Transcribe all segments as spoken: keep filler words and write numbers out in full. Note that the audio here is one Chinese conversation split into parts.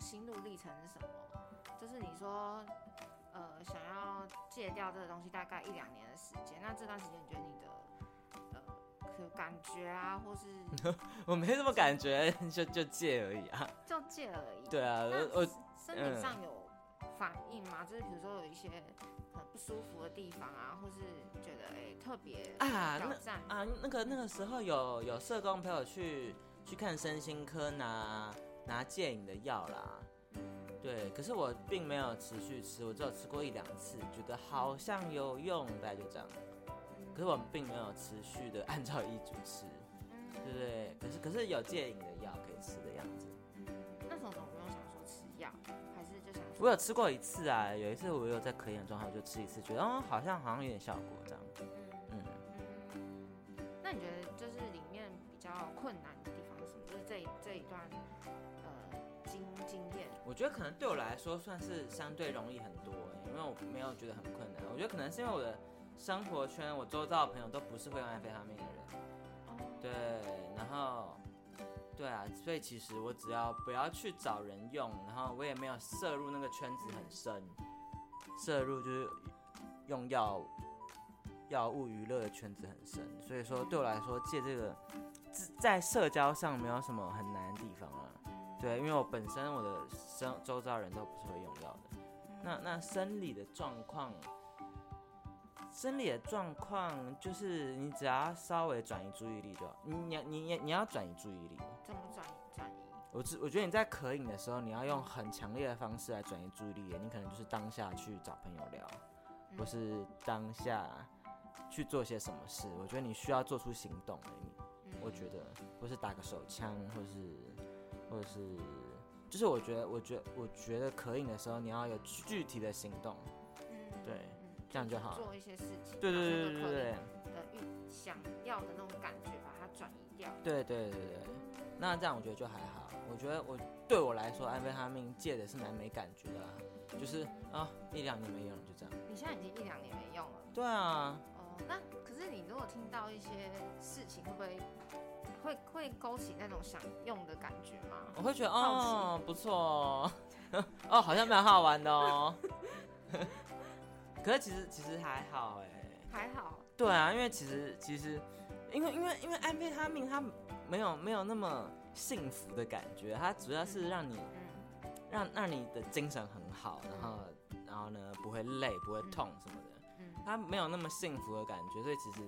心路历程是什么？就是你说，呃，想要戒掉这个东西，大概一两年的时间。那这段时间，你觉得你的呃感觉啊，或是我没什么感觉，就就戒而已啊， 就戒而已。 对啊， 那我身体上有反应吗？嗯、就是比如说有一些很不舒服的地方啊，或是觉得哎、欸、特别挑战啊，那啊那个那个时候有有社工陪我去去看身心科拿拿戒瘾的药啦。对，可是我并没有持续吃，我只有吃过一两次，觉得好像有用，大概就这样。可是我并没有持续的按照医嘱吃，对不对？可是可是有戒瘾的药可以吃的样子。 那时候怎么没有想说吃药，还是就想说？ 我有吃过一次啊，有一次我有在咳炎状态，我就吃一次，觉得哦好像好像有点效果这样。嗯嗯。那你觉得就是里面比较困难的地方是什么？就是这这一段呃经经验。 我觉得可能对我来说算是相对容易很多，因为我没有觉得很困难。我觉得可能是因为我的生活圈，我周遭的朋友都不是会用安非他命的人。哦。对，然后，对啊，所以其实我只要不要去找人用，然后我也没有涉入那个圈子很深，涉入就是用药药物娱乐的圈子很深，所以说对我来说戒这个在社交上没有什么很难的地方啊。对，因为我本身我的生周遭人都不是会用药的，那那生理的状况，生理的状况就是你只要稍微转移注意力就好，你你你你要转移注意力。 怎么转移？转移？ 我我觉得你在渴饮的时候，你要用很强烈的方式来转移注意力，你可能就是当下去找朋友聊，嗯、或是当下去做些什么事。我觉得你需要做出行动、欸嗯、我觉得，或是打个手枪，或是。或者是，就是我觉得，我觉得，我觉得渴饮的时候，你要有具体的行动，嗯，对，嗯、这样就好。 做一些事情， 对对对对对对， 的欲想要的那种感觉，把它转移掉。 对对对对，那这样我觉得就还好。我觉得我对我来说，安非他命戒的是蛮没感觉的啦，就是啊、哦、一两年没用了，就这样。 你现在已经一两年没用了。 对啊。 哦，那可是你如果听到一些事情，会不会？会会勾起那种想用的感觉吗？ 我会觉得哦不错哦，哦好像蛮好玩的哦。可是其实其实还好哎， 还好。 对啊，因为其实其实因为因为因为安非他命它没有没有那么幸福的感觉，它主要是让你、嗯、让让你的精神很好，然后然后呢不会累不会痛什么的，嗯、它没有那么幸福的感觉，所以其实。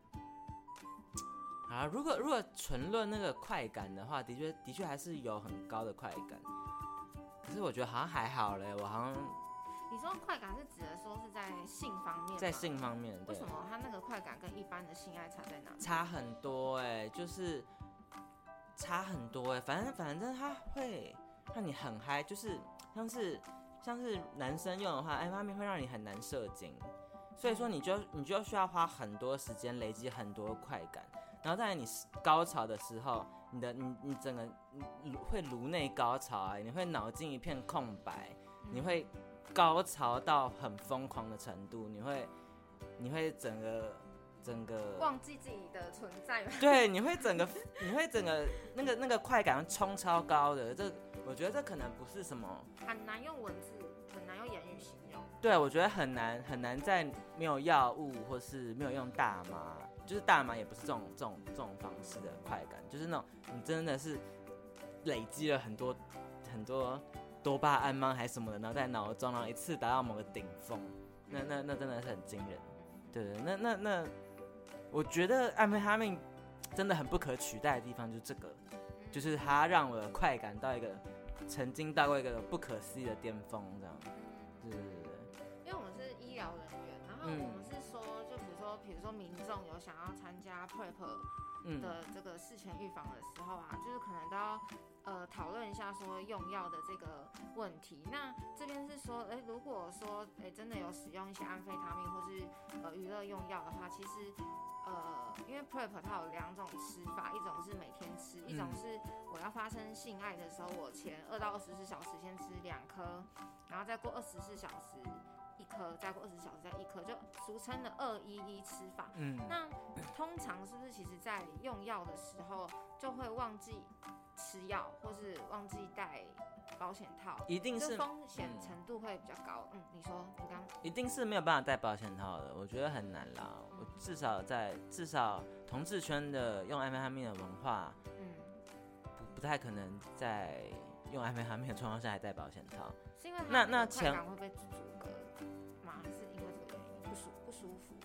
啊，如果如果纯论那个快感的话，的确的确还是有很高的快感，可是我觉得好像还好嘞，我好像。 你说快感是指的说是在性方面吗？ 在性方面，对。 为什么它那个快感跟一般的性爱差在哪？ 差很多哎、欸，就是差很多哎、欸，反正反正它会让你很嗨，就是像是像是男生用的话，安非他命会让你很难射精，所以说你就你就需要花很多时间累积很多快感。然后在你高潮的时候，你的你你整个你会颅内高潮啊，你会脑筋一片空白，你会高潮到很疯狂的程度，你会你会整个整个忘记自己的存在吗？ 对，你会整个你会整个那个那个快感冲超高的，这我觉得这可能不是什么很难用文字，很难用言语形容。 对，我觉得很难很难在没有药物或是没有用大麻。就是大麻也不是这种这种这种方式的快感，就是那种你真的是累积了很多很多多巴胺吗还是什么的，然后在脑中，然后一次达到某个顶峰，那那那真的是很惊人。对，那那那，我觉得安非他命真的很不可取代的地方就是这个，就是它让我的快感到一个曾经到过一个不可思议的巅峰，这样。对对对对。 因为我们是医疗人员，然后我们是说，就比如说，比如说民众有想要参加 P R E P 的这个事前预防的时候啊，就是可能都要呃讨论一下说用药的这个问题。那这边是说，哎，如果说哎真的有使用一些安非他命或是呃娱乐用药的话，其实呃因为 P R E P 它有两种吃法，一种是每天吃，一种是我要发生性爱的时候，我前二到二十四小时先吃两颗，然后再过二十四小时。一颗，再过二十小时再一颗，就俗称的二一一吃法。嗯，那通常是不是其实在用药的时候就会忘记吃药，或是忘记带保险套， 一定是风险程度会比较高。嗯，你说你刚一定是没有办法带保险套的，我觉得很难啦。嗯、我至少在至少同志圈的用安非他命的文化，嗯，不不太可能在用安非他命的状况下还带保险套。 是因为那那前会被阻隔吗？还是因为这个原因不舒不舒服？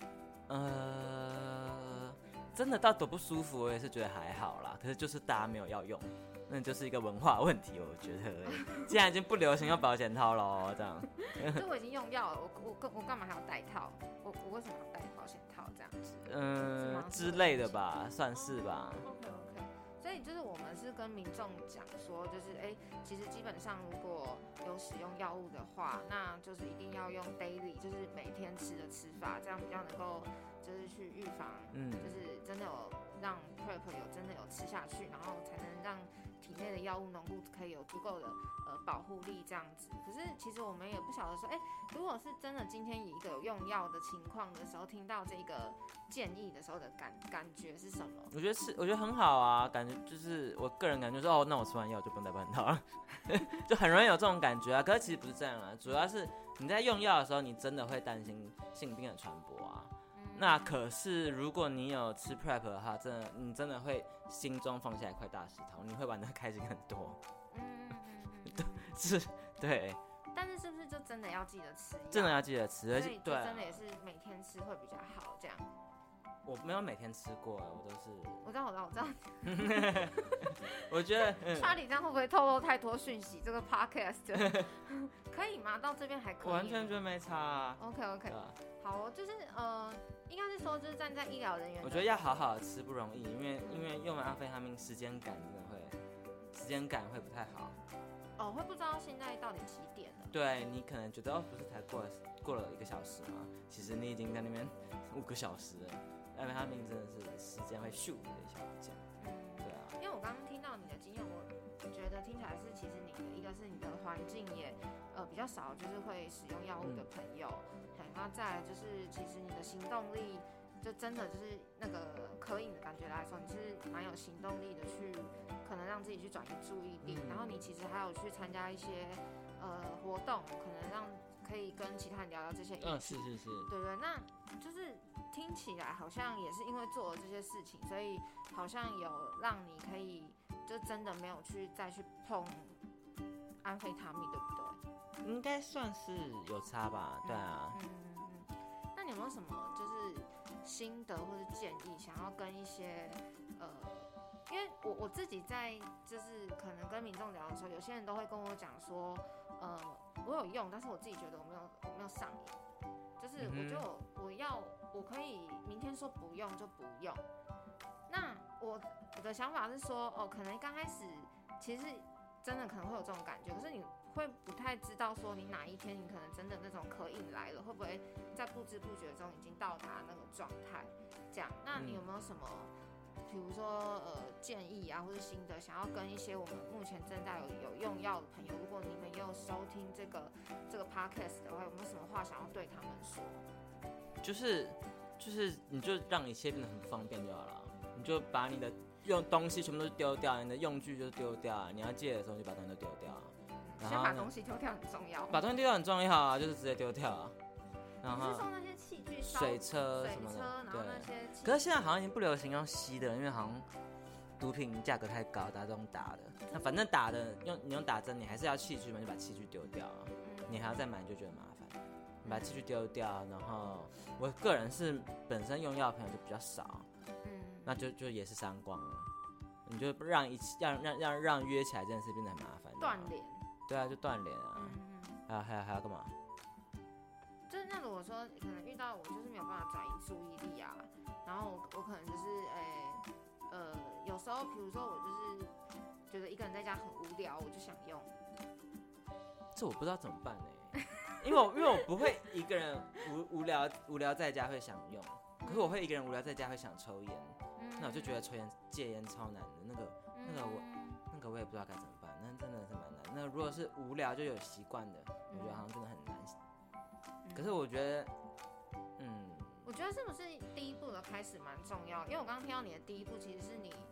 呃，真的到多不舒服，我也是觉得还好啦。可是就是大家没有要用。那就是一个文化问题，我觉得，既然已经不流行用保险套咯，这样。 就我已经用药了，我我我干嘛还要戴套？我我为什么要戴保险套这样子？ 嗯，之类的吧，算是吧。 OK OK， 所以就是我们是跟民众讲说，就是哎、欸，其实基本上如果有使用药物的话，那就是一定要用 daily， 就是每天吃的吃法，这样比较能够就是去预防，嗯，就是真的有让 Prep 有真的有吃下去，然后才能让体内的药物浓度可以有足够的呃保护力这样子。可是其实我们也不晓得说，哎、欸，如果是真的今天以一个有用药的情况的时候，听到这个建议的时候的感感觉是什么？ 我觉得是，我觉得很好啊，感觉就是我个人感觉说，哦，那我吃完药就不用戴保险套了，就很容易有这种感觉啊。可是其实不是这样啊，主要是你在用药的时候，你真的会担心性病的传播啊。那可是，如果你有吃 Prep 的话，真的，你真的会心中放下一块大石头，你会玩得开心很多。嗯嗯嗯，对，是，对。 但是是不是就真的要记得吃？ 真的要记得吃，而且对， 真的也是每天吃会比较好，这样。 我没有每天吃过，我都是。 我知道，我知道，我知道。 我觉得， 查理这样会不会透露太多讯息？这个 podcast 可以吗？到这边还可以。 我完全觉得没差、啊。 OK OK，、啊、好，就是呃，应该是说，就是站在医疗人员， 我觉得要好好的吃不容易，因为因为用完安非他命，时间感真的会，时间感会不太好。 哦，会不知道现在到底几点了？ 对，你可能觉得哦，不是才过了过了一个小时吗？其实你已经在那边五个小时了。安非他命真的是时间会咻的一下不见。嗯，对啊。 因为我刚刚听到你的经验，我觉得听起来是，其实你的一个是你的环境也呃比较少，就是会使用药物的朋友，嗯、然后再来就是其实你的行动力，就真的就是那个可饮的感觉来说，你是蛮有行动力的去，可能让自己去转移注意力，嗯、然后你其实还有去参加一些呃活动，可能让可以跟其他人聊聊这些议题。 嗯，是是是。 对对，那就是听起来好像也是因为做了这些事情，所以好像有让你可以就真的没有去再去碰安非他命，对不对？ 应该算是有差吧，对啊。嗯嗯嗯。那你有没有什么就是心得或是建议，想要跟一些呃，因为我我自己在就是可能跟民众聊的时候，有些人都会跟我讲说，呃，我有用，但是我自己觉得我没有我没有上瘾，就是我觉得我我要我可以明天说不用就不用。那我我的想法是说，哦，可能刚开始其实真的可能会有这种感觉，可是你会不太知道说你哪一天你可能真的那种渴饮来了，会不会在不知不觉中已经到达那个状态？这样，那你有没有什么，比如说呃建议啊，或者心得，想要跟一些我们目前正在有有用药的朋友，如果你们也有收听这个这个 podcast 的话，有没有什么话想要对他们说？ 就是就是你就让一切变得很方便就好了。你就把你的用东西全部都丢掉，你的用具就丢掉，你要借的时候就把东西都丢掉。 先把东西丢掉很重要。 把东西丢掉很重要啊，就是直接丢掉啊。 然后你是说那些器具、 水车什么的， 然后那些器具。 可是现在好像已经不流行用吸的，因为好像毒品价格太高，大家都用打的。那反正打的用你用打针，你还是要器具嘛，就把器具丢掉啊。嗯、你还要再买，就觉得麻烦。你把器具丢掉，然后我个人是本身用药的朋友就比较少。那就就也是删光了，你就让一起让让让让约起来这件事变得很麻烦。 断联。 对啊，就断联啊。嗯嗯。还有还有还要干嘛？ 就是那如果说可能遇到我就是没有办法转移注意力啊，然后我我可能就是诶、欸、呃有时候比如说我就是觉得一个人在家很无聊，我就想用。 这我不知道怎么办呢、欸，因为我因为我不会一个人无无聊无聊在家会想用，可是我会一个人无聊在家会想抽烟。那我就觉得抽烟戒烟超难的，那个那个我那个我也不知道该怎么办，那真的是蛮难。那如果是无聊就有习惯的，我觉得好像真的很难。可是我觉得，嗯， 我觉得是不是第一步的开始蛮重要？因为我刚刚听到你的第一步其实是你，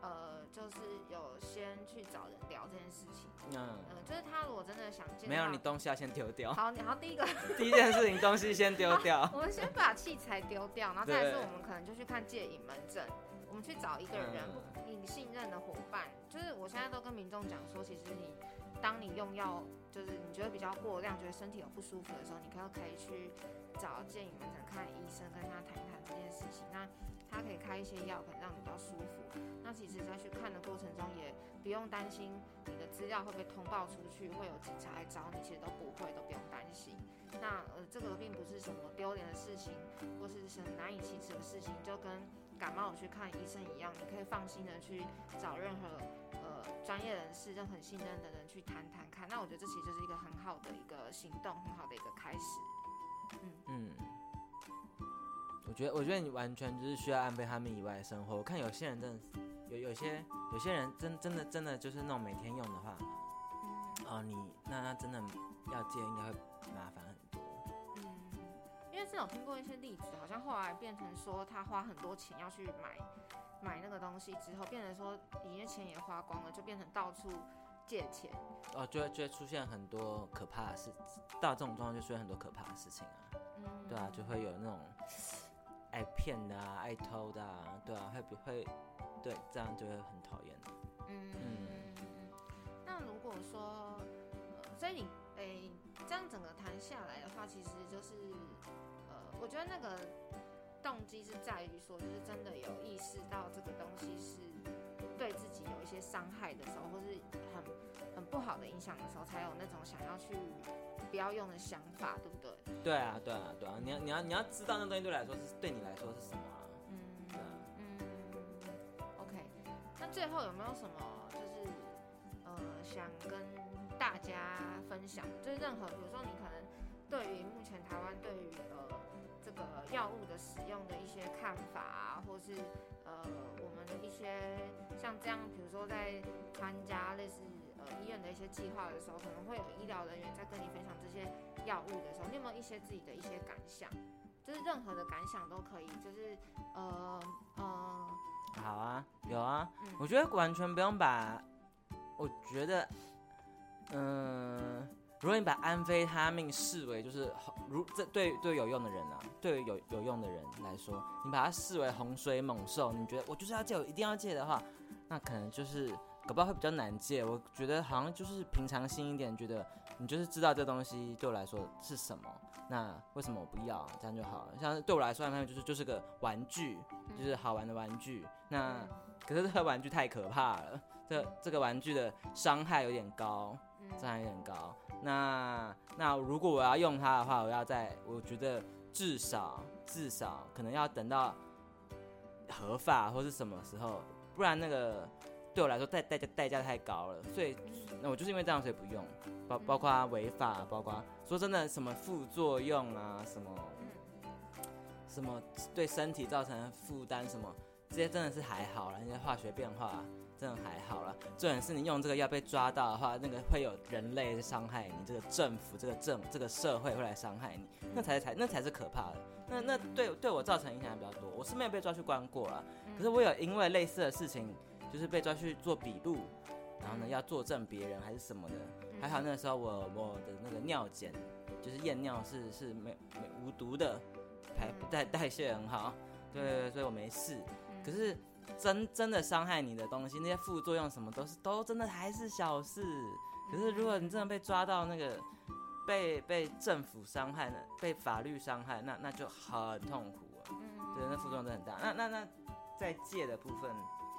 呃，就是有先去找人聊这件事情。 嗯， 呃、就是他如果真的想见， 没有，你东西要先丢掉。 好，然后第一个第一件事情，东西先丢掉。 我们先把器材丢掉，然后再来是我们可能就去看戒瘾门诊，我们去找一个人，嗯、你信任的伙伴。就是我现在都跟民众讲说，其实你当你用药，就是你觉得比较过量，觉得身体有不舒服的时候，你可以可以去找戒瘾门诊看医生，跟他谈一谈这件事情。那他可以开一些药，可能让你比较舒服。那其实在去看的过程中，也不用担心你的资料会被通报出去，会有警察来找你，其实都不会，都不用担心。那呃，这个并不是什么丢脸的事情，或是什么难以启齿的事情，就跟感冒去看医生一样，你可以放心的去找任何呃专业人士、任何信任的人去谈谈看。那我觉得这其实就是一个很好的一个行动，很好的一个开始。嗯嗯。 我觉得，我觉得你完全就是需要安非他命以外的生活。我看有些人真的有有些有些人真真的真的就是那种每天用的话，嗯、哦，你那那真的要戒应该会麻烦很多。 嗯，因为是有听过一些例子，好像后来变成说他花很多钱要去买买那个东西之后，变成说你的钱也花光了，就变成到处借钱。 哦，就会就会出现很多可怕的事，到这种状况就出现很多可怕的事情啊。嗯，对啊，就会有那种。爱骗的啊，爱偷的啊，对啊，会会，对，这样就会很讨厌。嗯嗯，那如果说，呃，所以你，诶，这样整个谈下来的话，其实就是，呃，我觉得那个动机是在于说，就是真的有意识到这个东西是对自己有一些伤害的时候，或是很很不好的影响的时候，才有那种想要去不要用的想法，对不对？ 对啊，对啊，对啊，你要你要你要知道那东西对来说是对你来说是什么啊？嗯，对啊， 嗯 ，OK， 那最后有没有什么就是呃想跟大家分享？就是任何比如说你可能对于目前台湾对于呃这个药物的使用的一些看法啊，或是呃我们的一些像这样，比如说在参加类似。医院的一些计划的时候，可能会有医疗人员在跟你分享这些药物的时候，你有没有一些自己的一些感想？就是任何的感想都可以，就是呃呃， 好啊，有啊，嗯、我觉得完全不用把，我觉得，嗯、呃，如果你把安非他命视为就是如这对对有用的人啊，对有有用的人来说，你把它视为洪水猛兽，你觉得我就是要戒，我一定要戒的话，那可能就是。搞不好会比较难戒，我觉得好像就是平常心一点，觉得你就是知道这东西对我来说是什么，那为什么我不要？这样就好了。像对我来说，安非他命就是就是个玩具，就是好玩的玩具。那可是这个玩具太可怕了，这这个玩具的伤害有点高，伤害有点高。那那如果我要用它的话，我要在我觉得至少至少可能要等到合法或是什么时候，不然那个。对我来说代代价代价太高了，所以那我就是因为这样所以不用，包包括违法，包括说真的什么副作用啊，什么什么对身体造成负担什么，这些真的是还好啦，那些化学变化真的还好啦。重点是你用这个药被抓到的话，那个会有人类伤害你，这个政府、这个政、这个社会会来伤害你，那才才那才是可怕的。那那对对我造成影响比较多，我是没有被抓去关过啦，可是我有因为类似的事情。就是被抓去做笔录，然后呢要作证别人还是什么的，还好那个时候我我的那个尿检，就是验尿是是没没无毒的，排代代谢很好，对对对，所以我没事。可是真真的伤害你的东西，那些副作用什么都是都真的还是小事。可是如果你真的被抓到那个被被政府伤害呢，被法律伤害，那那就很痛苦了。对，那副作用真的很大。那那那在戒的部分。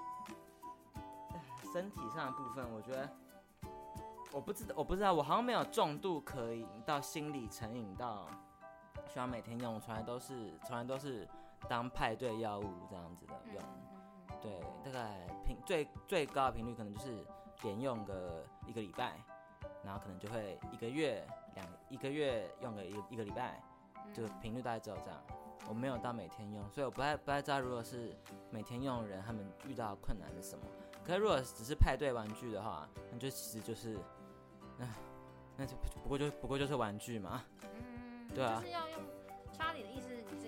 身体上的部分，我觉得我不知道，我不知道，我好像没有重度可以到心理成瘾到需要每天用，从来都是从来都是当派对药物这样子的用。对，大概频最最高的频率可能就是连用个一个礼拜，然后可能就会一个月两一个月用个一个一个礼拜，就频率大概只有这样。我没有到每天用，所以我不太不太知道，如果是每天用的人，他们遇到的困难是什么。可是如果只是派对玩具的话，那就其实就是，那那就不过就不过就是玩具嘛。嗯， 对啊。就是要用查理的意思，是因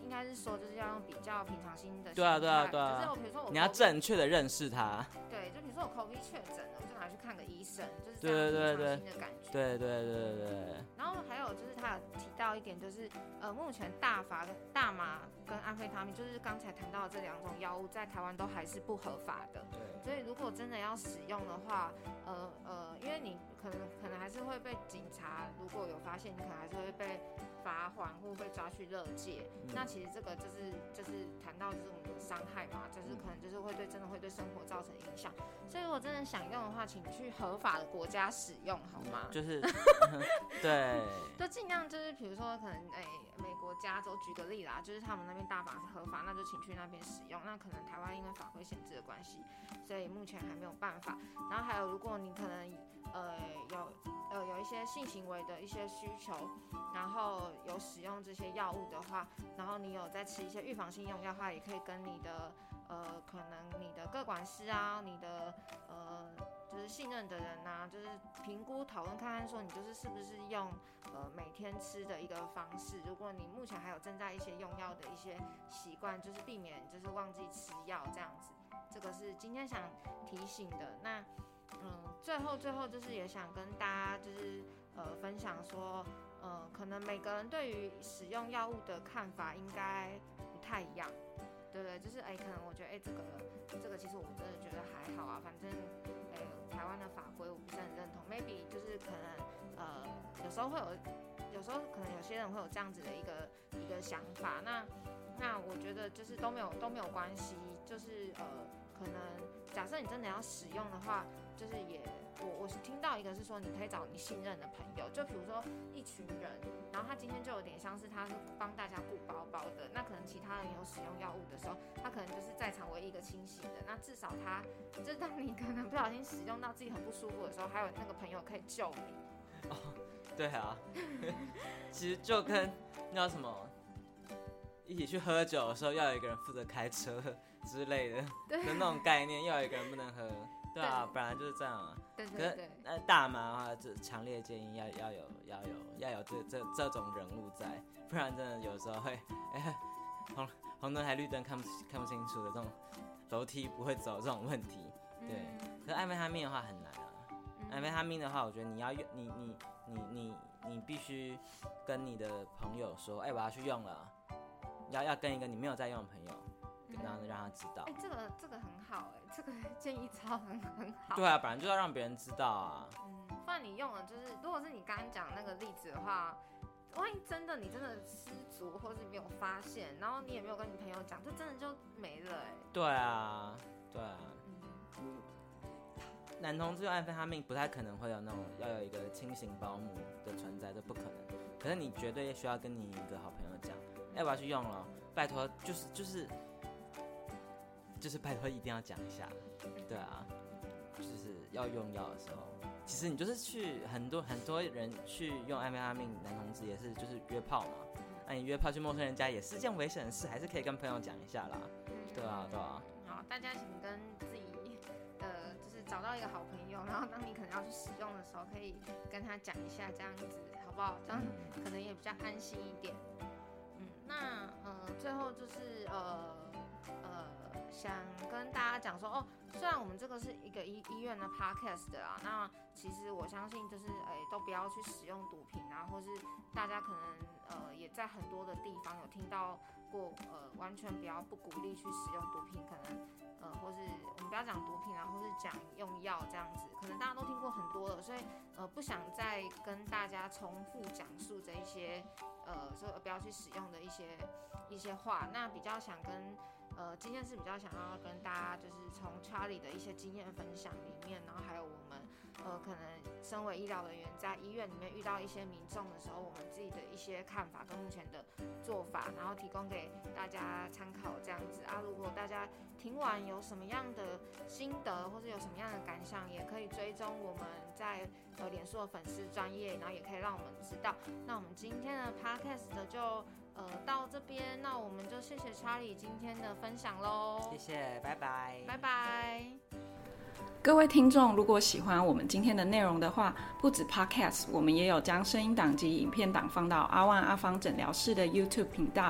应该是说就是要用比较平常心的心态。 对啊对啊对啊。 就是我比如说我你要正确的认识它。 对，就比如说我 COVID 确诊了，我就拿去看个医生，就是这样平常心的感觉。 对对对对对。 然后还有就是他有提到一点，就是呃目前大麻、大麻跟安非他命，就是刚才谈到的这两种药物，在台湾都还是不合法的。 对。 所以如果真的要使用的话，呃呃，因为你可能可能还是会被警察，如果有发现，你可能还是会被罚款或被抓去勒戒。嗯、那其实这个就是就是谈到就是我们的伤害嘛，就是可能就是会对真的会对生活造成影响。所以如果真的想用的话，请去合法的国家使用好吗？ 就是对， 就尽量就是比如说可能哎、欸、美国加州举个例啦，就是他们那边大麻是合法，那就请去那边使用。那可能台湾因为法规限制的关系，所以目前还没有办法。然后还有如果你可能呃有呃有一些性行为的一些需求，然后有使用这些药物的话，然后你有在吃一些预防性用药的话，也可以跟你的呃可能你的个管师啊，你的呃就是信任的人啊，就是评估讨论看看说你就是是不是用呃每天吃的一个方式。如果你目前还有正在一些用药的一些习惯，就是避免就是忘记吃药这样子。这个是今天想提醒的。那嗯，最后最后就是也想跟大家就是呃分享说，呃，可能每个人对于使用药物的看法应该不太一样，对不对？就是哎，可能我觉得哎这个这个其实我真的觉得还好啊，反正哎台湾的法规我不是很认同 ，maybe 就是可能呃有时候会有，有时候可能有些人会有这样子的一个一个想法，那那我觉得就是都没有都没有关系，就是呃。可能假设你真的要使用的话，就是也我我是听到一个是说你可以找你信任的朋友，就比如说一群人，然后他今天就有点像是他是帮大家顾包包的，那可能其他人有使用药物的时候，他可能就是在场唯一一个清醒的，那至少他就当你可能不小心使用到自己很不舒服的时候，还有那个朋友可以救你。 哦，对啊，其实就跟那叫什么，一起去喝酒的时候要有一个人负责开车之类的的那种概念，要有一个人不能喝，对啊，对本来就是这样啊。 对对对。可是那大麻的话，就强烈建议要要有要有要有这这这种人物在，不然真的有时候会哎红红灯还绿灯看不看不清楚的这种楼梯不会走这种问题，对。嗯、可是安非他命的话很难啊，嗯、安非他命的话，我觉得你要用你你你你你必须跟你的朋友说，哎，我要去用了，要要跟一个你没有在用的朋友。然后让他知道， 哎、欸，这个这个很好、哎，这个建议超很很好。 对啊，本来就要让别人知道啊。 嗯，不然你用了，就是如果是你刚刚讲那个例子的话，万一真的你真的失足，或是没有发现，然后你也没有跟你朋友讲，这真的就没了、哎。 对啊，对啊。嗯。男同志用安非他命不太可能会有那种要有一个清醒保姆的存在，这不可能。可是你绝对需要跟你一个好朋友讲，哎、欸，我要去用了，拜托，就是就是。就是拜托一定要讲一下，对啊，就是要用药的时候，其实你就是去很多很多人去用安非他命，男同志也是就是约炮嘛，那你约炮去陌生人家也是件危险的事，还是可以跟朋友讲一下啦，对啊对啊。 好，大家请跟自己呃，就是找到一个好朋友，然后当你可能要去使用的时候，可以跟他讲一下，这样子好不好？这样可能也比较安心一点。嗯，那呃最后就是呃呃。想跟大家讲说哦，虽然我们这个是一个医医院的 podcast 的啊，那其实我相信就是哎、欸，都不要去使用毒品啊，或是大家可能呃也在很多的地方有听到过呃，完全不要不鼓励去使用毒品，可能呃或是我们不要讲毒品啊，或是讲用药这样子，可能大家都听过很多了，所以呃不想再跟大家重复讲述这一些呃说不要去使用的一些一些话，那比较想跟。呃，今天是比较想要跟大家，就是从 Charlie 的一些经验分享里面，然后还有我们，呃，可能身为医疗人员在医院里面遇到一些民众的时候，我们自己的一些看法跟目前的做法，然后提供给大家参考这样子啊。如果大家听完有什么样的心得，或是有什么样的感想，也可以追踪我们在呃脸书的粉丝专页，然后也可以让我们知道。那我们今天的 Podcast 的就。呃，到这边，那我们就谢谢查理今天的分享喽。 谢谢，拜拜， 拜拜。 各位听众，如果喜欢我们今天的内容的话，不止 Podcast， 我们也有将声音档及影片档放到阿万阿芳诊疗室的 YouTube 频道。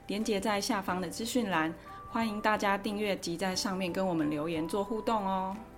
连结在下方的资讯栏，欢迎大家订阅及在上面跟我们留言做互动哦。